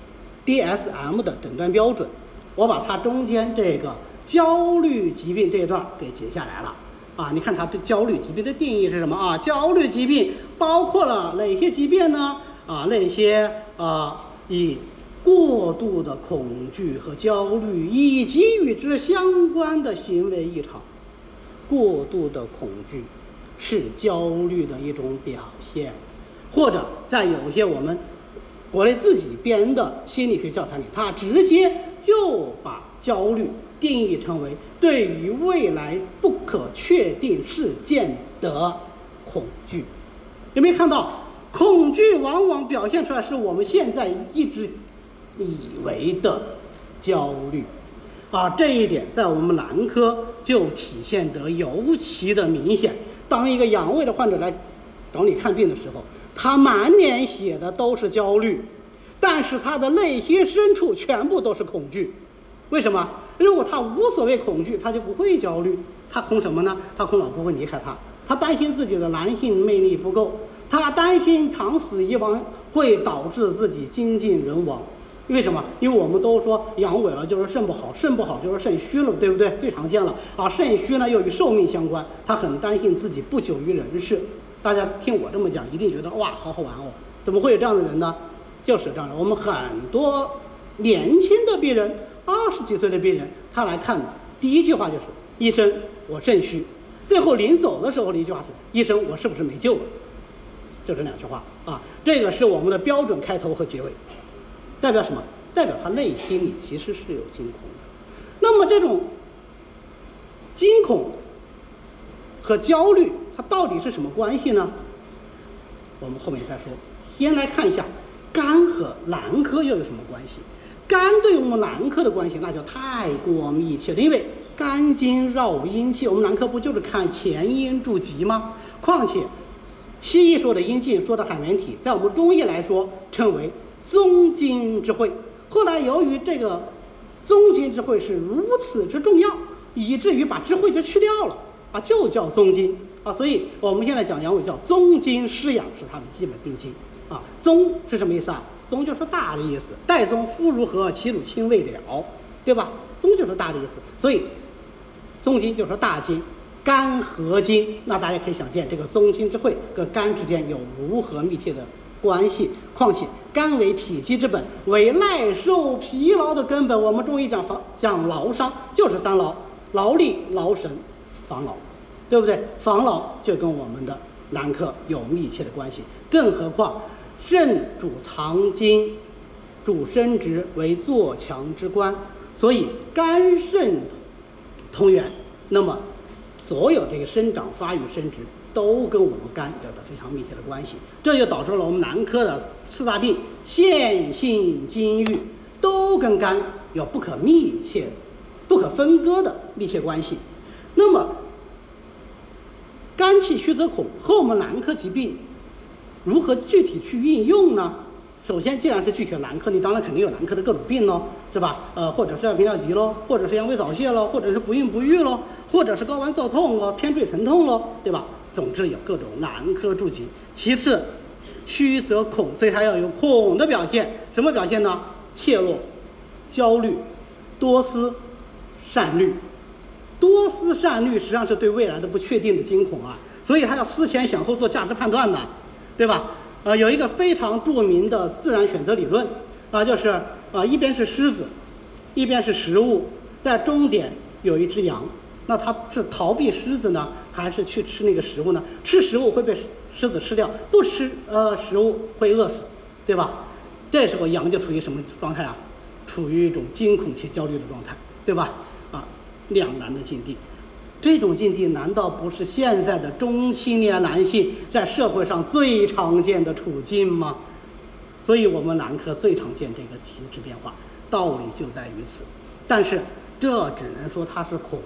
D S M 的诊断标准，我把它中间这个焦虑疾病这一段给截下来了啊。你看它对焦虑疾病的定义是什么啊？焦虑疾病包括了哪些疾病呢？啊，那些啊以过度的恐惧和焦虑以及与之相关的行为异常。过度的恐惧是焦虑的一种表现，或者在有些我们国内自己编的心理学教材里，它直接就把焦虑定义成为对于未来不可确定事件的恐惧。有没有看到，恐惧往往表现出来是我们现在一直以为的焦虑啊，这一点在我们男科就体现得尤其的明显。当一个阳痿的患者来找你看病的时候，他满脸写的都是焦虑，但是他的内心深处全部都是恐惧。为什么？如果他无所谓恐惧，他就不会焦虑。他恐什么呢？他恐老婆会离开他，他担心自己的男性魅力不够，他担心长死以往会导致自己精尽人亡。为什么？因为我们都说阳痿了就是肾不好，肾不好就是肾虚了，对不对？最常见了啊。肾虚呢又与寿命相关，他很担心自己不久于人世。大家听我这么讲，一定觉得哇，好好玩哦！怎么会有这样的人呢？就是这样的。我们很多年轻的病人，二十几岁的病人，他来看的第一句话就是：医生，我肾虚。最后临走的时候的一句话是：医生，我是不是没救了？就这两句话啊。这个是我们的标准开头和结尾。代表什么？代表他内心里其实是有惊恐的。那么这种惊恐和焦虑，它到底是什么关系呢？我们后面再说。先来看一下肝和男科又有什么关系。肝对我们男科的关系那就太过密切了，因为肝经绕阴气，我们男科不就是看前阴诸疾吗？况且西医说的阴茎，说的海绵体，在我们中医来说称为宗经之会。后来由于这个宗经之会是如此之重要，以至于把智慧就去掉了啊，就叫宗经啊。所以我们现在讲阳痿叫宗经失养是它的基本病机啊。宗是什么意思啊？宗就是大的意思，带宗夫如何，其鲁亲未了，对吧？宗就是大的意思，所以宗经就是大经，肝合经。那大家可以想见，这个宗经之会跟肝之间有如何密切的关系。况且肝为脾气之本，为耐受疲劳的根本。我们中医讲防讲劳伤，就是三劳：劳力、劳神、防劳，对不对？防劳就跟我们的男科有密切的关系。更何况肾主藏精，主生殖，为做强之官，所以肝肾同源。那么所有这个生长、发育、生殖都跟我们肝有着非常密切的关系，这就导致了我们男科的四大病腺性筋郁都跟肝有不可密切、不可分割的密切关系。那么肝气虚则恐和我们男科疾病如何具体去运用呢？首先，既然是具体的男科，你当然肯定有男科的各种病喽，是吧？呃，或者是尿频尿急喽，或者是阳痿早泄喽，或者是不孕不育喽，或者是睾丸躁痛喽，偏坠疼痛喽，对吧？总之有各种男科诸疾。其次，虚则恐，所以它要有恐的表现。什么表现呢？怯懦、焦虑、多思、善虑。多思善虑实际上是对未来的不确定的惊恐啊，所以他要思前想后做价值判断的，对吧？呃，有一个非常著名的自然选择理论啊，就是呃一边是狮子，一边是食物，在终点有一只羊，那他是逃避狮子呢，还是去吃那个食物呢？吃食物会被狮子吃掉，不吃呃食物会饿死，对吧？这时候羊就处于什么状态啊？处于一种惊恐且焦虑的状态，对吧？啊，两难的境地。这种境地难道不是现在的中青年男性在社会上最常见的处境吗？所以我们男科最常见这个情志变化，道理就在于此。但是这只能说它是恐，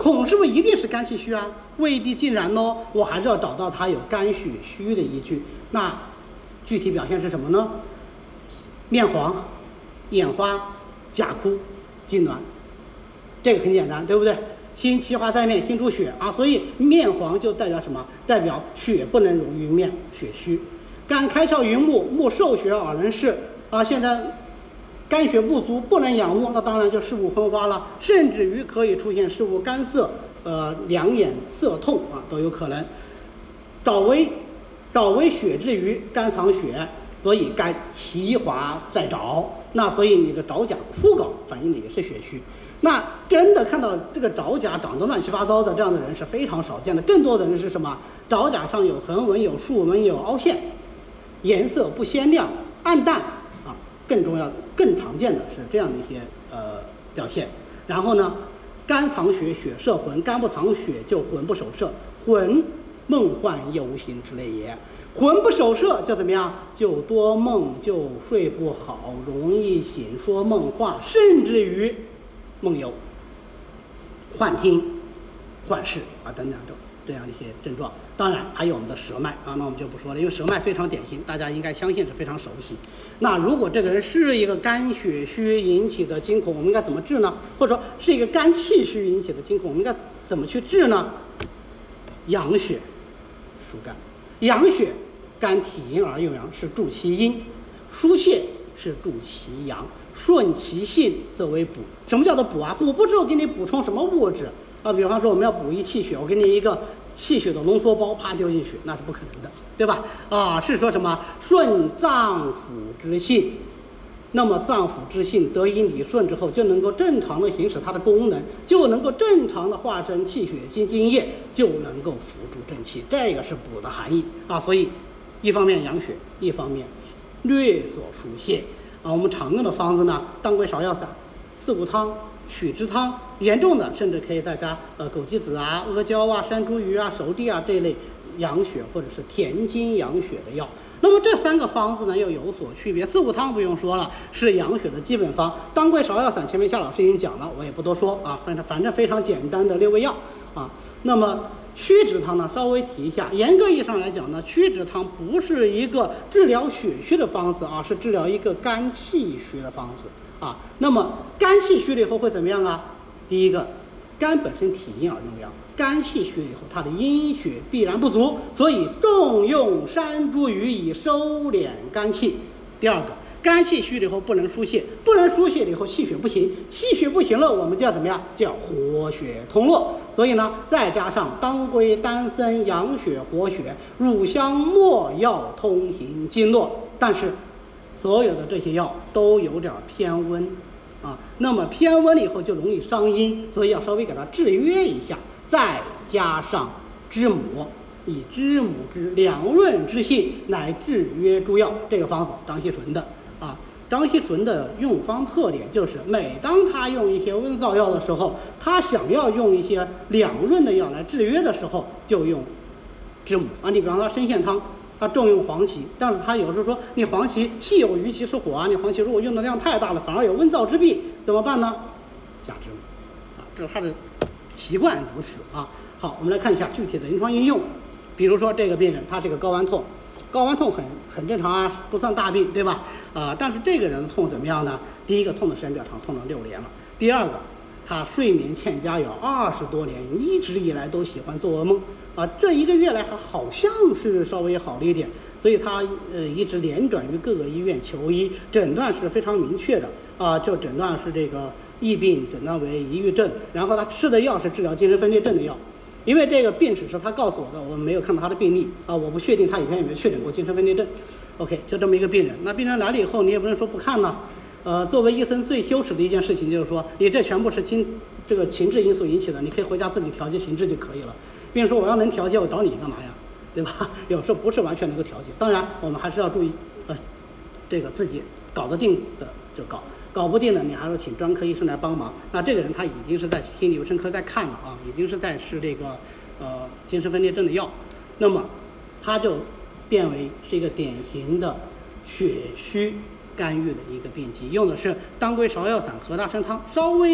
恐是不是一定是肝气虚啊？未必尽然哦，我还是要找到它有肝血虚的依据。那具体表现是什么呢？面黄、眼花、甲枯、痉挛，这个很简单，对不对？心气化在面，心主血啊，所以面黄就代表什么？代表血不能溶于面，血虚。肝开窍于目，目受血而能视啊。现在肝血不足，不能养目，那当然就视物昏花了，甚至于可以出现视物干涩，呃，两眼涩痛啊，都有可能。爪为爪为血之余，肝藏血，所以肝其滑在爪，那所以你的爪甲枯槁，反映的也是血虚。那真的看到这个爪甲长得乱七八糟的这样的人是非常少见的，更多的人是什么？爪甲上有横纹、有竖纹、有凹陷，颜色不鲜亮、暗淡啊。更重要、更常见的是这样的一些呃表现。然后呢，肝藏血，血摄魂；肝不藏血，就魂不守舍，魂梦幻游行之类也。魂不守舍就怎么样？就多梦，就睡不好，容易醒说梦话，甚至于梦游、幻听、幻视啊等等这这样的一些症状。当然还有我们的舌脉啊，那我们就不说了，因为舌脉非常典型，大家应该相信是非常熟悉。那如果这个人是一个肝血虚引起的惊恐，我们应该怎么治呢？或者说是一个肝气虚引起的惊恐，我们应该怎么去治呢？养血疏肝，养血肝体阴而用阳，是助其阴；疏泄是助其阳，顺其性则为补。什么叫做补啊？补不是我给你补充什么物质啊？比方说我们要补一气血，我给你一个气血的浓缩包，啪丢进去，那是不可能的，对吧？啊，是说什么顺脏腑之性，那么脏腑之性得以理顺之后，就能够正常的行使它的功能，就能够正常的化生气血精津液，就能够辅助正气，这个是补的含义啊。所以一方面养血，一方面略作疏泄啊。我们常用的方子呢，当归芍药散、四物汤、取汁汤，严重的甚至可以再加呃枸杞子啊、阿胶啊、山茱萸啊、熟地啊这类养血或者是填精养血的药。那么这三个方子呢又有所区别。四物汤不用说了，是养血的基本方。当归芍药散前面夏老师已经讲了，我也不多说啊，反正反正非常简单的六味药啊。那么曲直汤呢，稍微提一下，严格意义上来讲呢，曲直汤不是一个治疗血虚的方子啊，是治疗一个肝气虚的方子啊。那么肝气虚了以后会怎么样啊？第一个，肝本身体阴而用阳，肝气虚了以后，它的阴血必然不足，所以重用山茱萸以收敛肝气。第二个，肝气虚了以后不能疏泄，不能疏泄了以后气血不行，气血不行了，我们就要怎么样？就要活血通络。所以呢，再加上当归、丹参养血活血，乳香、没药通行经络。但是所有的这些药都有点偏温啊，那么偏温了以后就容易伤阴，所以要稍微给它制约一下。再加上知母，以知母之凉润之性，乃制约诸药。这个方子张锡纯的啊。张锡纯的用方特点就是，每当他用一些温燥药的时候，他想要用一些凉润的药来制约的时候，就用知母啊。你比方说参腺汤，他重用黄芪，但是他有时候说你黄芪气有余其是火啊，你黄芪如果用的量太大了，反而有温燥之弊，怎么办呢？加知母啊，这是他的习惯如此啊。好，我们来看一下具体的临床应用。比如说这个病人他是个睾丸痛，睾丸痛很很正常啊，不算大病，对吧？啊、呃，但是这个人的痛怎么样呢？第一个痛的时间比较长，痛了六年了。第二个，他睡眠欠佳有二十多年，一直以来都喜欢做噩梦啊。这一个月来还好像是稍微好了一点，所以他呃一直连转于各个医院求医，诊断是非常明确的啊，就诊断是这个疫病，诊断为抑郁症，然后他吃的药是治疗精神分裂症的药。因为这个病史是他告诉我的，我没有看到他的病历啊，我不确定他以前有没有确诊过精神分裂症。OK， 就这么一个病人。那病人来了以后，你也不能说不看呢。呃，作为医生最羞耻的一件事情就是说，你这全部是情这个情志因素引起的，你可以回家自己调节情志就可以了。病人说我要能调节，我找你干嘛呀？对吧？有时候不是完全能够调节。当然，我们还是要注意，呃，这个自己搞得定的就搞。搞不定的，你还是请专科医生来帮忙。那这个人他已经是在心理卫生科在看了啊，已经是在吃这个呃精神分裂症的药，那么他就变为是一个典型的血虚干预的一个病机，用的是当归芍药散和大参汤，稍微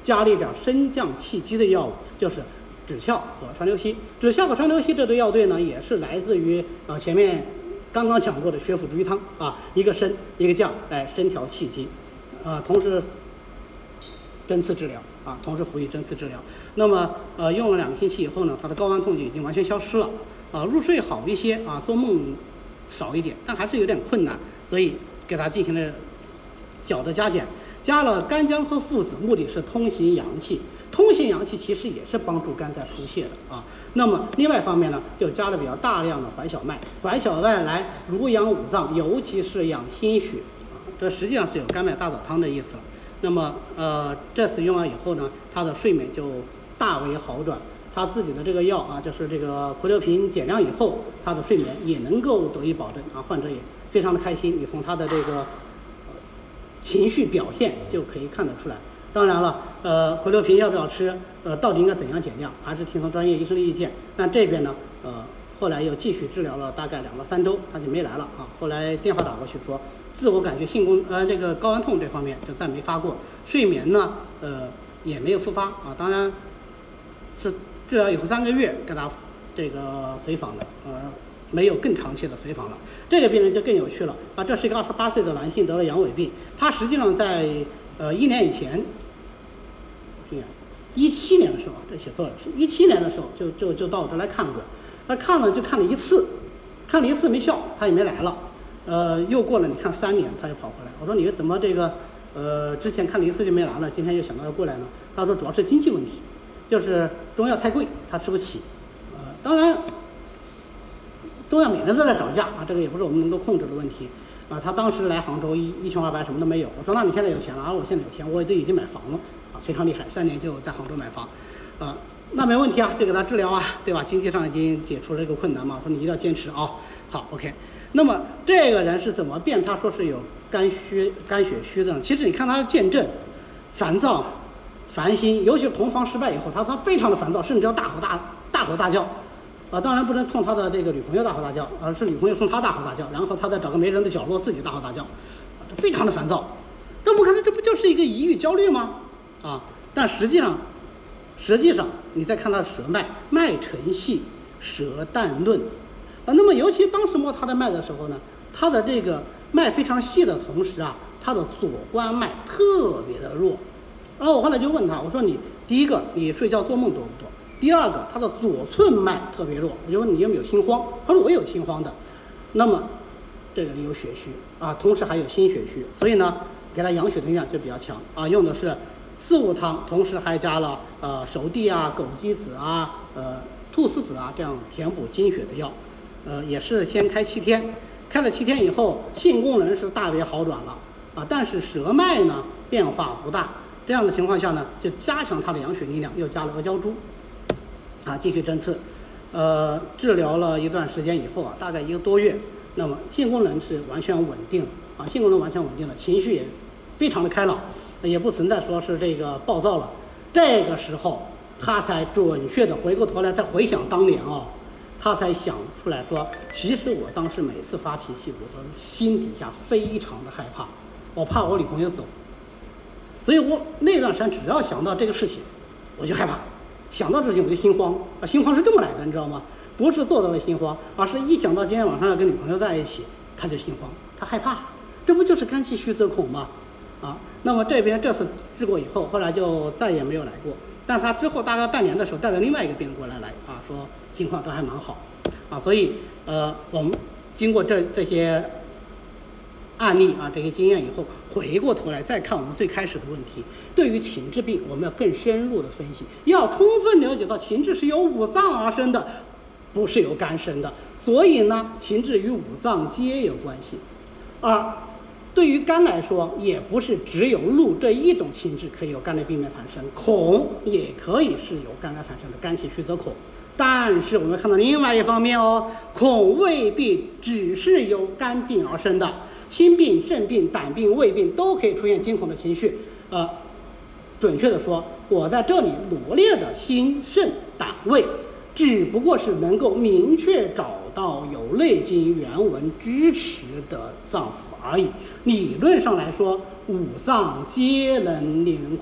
加了一点升降气机的药物，就是枳壳和川流息。枳壳和川流息这对药对呢，也是来自于啊前面刚刚讲过的血府逐瘀汤啊，一个升一个降，来升调气机，啊，同时针刺治疗啊，同时辅以针刺治疗。那么呃用了两个星期以后呢，他的睾丸痛就已经完全消失了，啊，入睡好一些啊，做梦少一点，但还是有点困难，所以给他进行了小的加减，加了干姜和附子，目的是通行阳气。通行阳气其实也是帮助肝在疏泄的啊。那么另外一方面呢，就加了比较大量的怀小麦，怀小麦来濡养五脏，尤其是养心血啊。这实际上是有甘麦大枣汤的意思了。那么呃这次用完以后呢，他的睡眠就大为好转。他自己的这个药啊，就是这个喹硫平减量以后，他的睡眠也能够得以保证啊，患者也非常的开心。你从他的这个、呃、情绪表现就可以看得出来。当然了，呃，喹硫平要不要吃？呃，到底应该怎样减量，还是听从专业医生的意见。但这边呢，呃，后来又继续治疗了大概两到三周，他就没来了啊。后来电话打过去说，自我感觉性功呃这个睾丸痛这方面就再没发过，睡眠呢，呃也没有复发啊。当然是治疗以后三个月给他这个随访的，呃，没有更长期的随访了。这个病人就更有趣了啊，这是一个二十八岁的男性得了阳痿病，他实际上在呃一年以前。一七年的时候，这写错了，是一七年的时候就就就到我这来看过，他看了就看了一次，看了一次没效，他也没来了，呃，又过了你看三年，他又跑回来，我说你怎么这个呃之前看了一次就没来了，今天又想到要过来呢？他说主要是经济问题，就是中药太贵，他吃不起，呃，当然中药每年都在涨价啊，这个也不是我们能够控制的问题。啊，他当时来杭州一一穷二白什么都没有，我说那你现在有钱了啊？我现在有钱，我都已经买房了啊，非常厉害，三年就在杭州买房，啊，那没问题啊，就给他治疗啊，对吧？经济上已经解除了这个困难嘛，说你一定要坚持啊。好 ，OK。那么这个人是怎么变？他说是有肝虚、肝血虚的。其实你看他的见证，烦躁、烦心，尤其是同房失败以后，他他非常的烦躁，甚至要大吼大大吼大叫。啊，当然不能冲他的这个女朋友大吼大叫，而是女朋友冲他大吼大叫，然后他再找个没人的角落自己大吼大叫，啊，这非常的烦躁。那我们看，这不就是一个抑郁焦虑吗？啊，但实际上，实际上你再看他的舌脉，脉沉细，舌淡润，啊，那么尤其当时摸他的脉的时候呢，他的这个脉非常细的同时啊，他的左关脉特别的弱。然后我后来就问他，我说你第一个，你睡觉做梦多不多？第二个，他的左寸脉特别弱，我就问你有没有心慌？他说我有心慌的。那么，这个人有血虚啊，同时还有心血虚，所以呢，给他养血的力量就比较强啊。用的是四物汤，同时还加了呃熟地啊、枸杞子啊、呃菟丝子啊这样填补精血的药。呃，也是先开七天，开了七天以后，性功能是大为好转了啊，但是舌脉呢变化不大。这样的情况下呢，就加强他的养血力量，又加了阿胶珠。啊，继续针刺，呃，治疗了一段时间以后啊，大概一个多月，那么性功能是完全稳定啊，性功能完全稳定了，情绪也非常的开朗，也不存在说是这个暴躁了。这个时候，他才准确的回过头来再回想当年啊，他才想出来说，其实我当时每次发脾气，我的心底下非常的害怕，我怕我女朋友走，所以我那段时间只要想到这个事情，我就害怕。想到这事情我就心慌啊，心慌是这么来的，你知道吗？不是做到了心慌，而是一想到今天晚上要跟女朋友在一起，他就心慌，他害怕，这不就是肝气虚则恐吗？啊，那么这边这次治过以后，后来就再也没有来过。但是他之后大概半年的时候带了另外一个病人过来来啊，说情况都还蛮好，啊，所以呃我们经过这这些案例啊这些经验以后，回过头来再看我们最开始的问题，对于情志病我们要更深入的分析，要充分了解到情志是由五脏而生的，不是由肝生的，所以呢情志与五脏皆有关系。而对于肝来说，也不是只有怒这一种情志可以由肝内病变产生，恐也可以是由肝来产生的，肝气虚则恐。但是我们看到另外一方面哦，恐未必只是由肝病而生的，心病、肾病、胆病、胃病都可以出现惊恐的情绪。呃，准确的说，我在这里罗列的心、肾、胆、胃，只不过是能够明确找到有《内经》原文支持的脏腑而已。理论上来说，五脏皆能令人恐。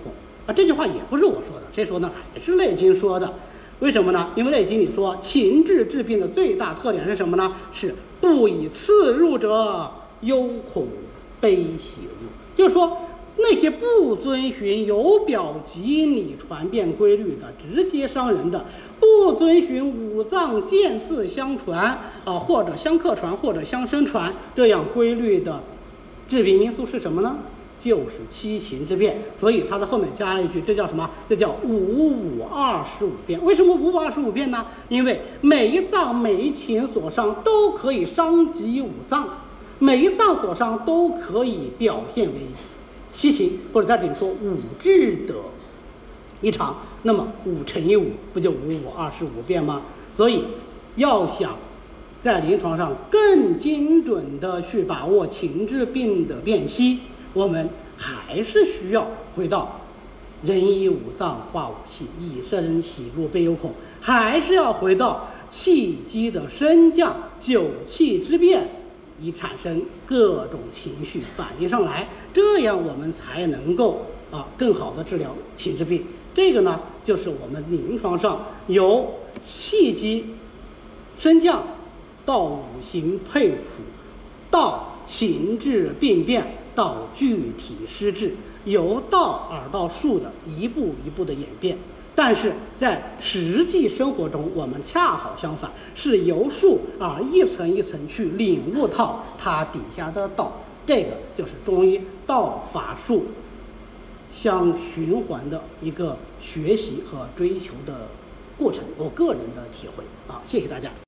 啊，这句话也不是我说的，谁说呢？还是《内经》说的。为什么呢？因为《内经》里说，情志治病的最大特点是什么呢？是不以刺入者，忧恐悲喜恶。就是说，那些不遵循由表及里传变规律的、直接伤人的，不遵循五脏渐次相传啊，或者相克传，或者相生传这样规律的致病因素是什么呢？就是七情之变。所以它的后面加了一句，这叫什么？这叫五五二十五变。为什么五五二十五变呢？因为每一脏每一情所伤都可以伤及五脏，每一脏所伤都可以表现为七情，或者在这里说五志的一场，那么五乘以五不就五五二十五变吗？所以要想在临床上更精准的去把握情志病的辨析，我们还是需要回到人以五脏化五气，以身喜怒悲忧恐，还是要回到气机的升降，九气之变，以产生各种情绪反应上来，这样我们才能够啊更好的治疗情志病。这个呢，就是我们临床上由气机升降到五行配谱，到情志病变，到具体施治，由道而到术的一步一步的演变。但是在实际生活中，我们恰好相反，是由术啊一层一层去领悟到它底下的道。这个就是中医道法术相循环的一个学习和追求的过程，我个人的体会啊，谢谢大家。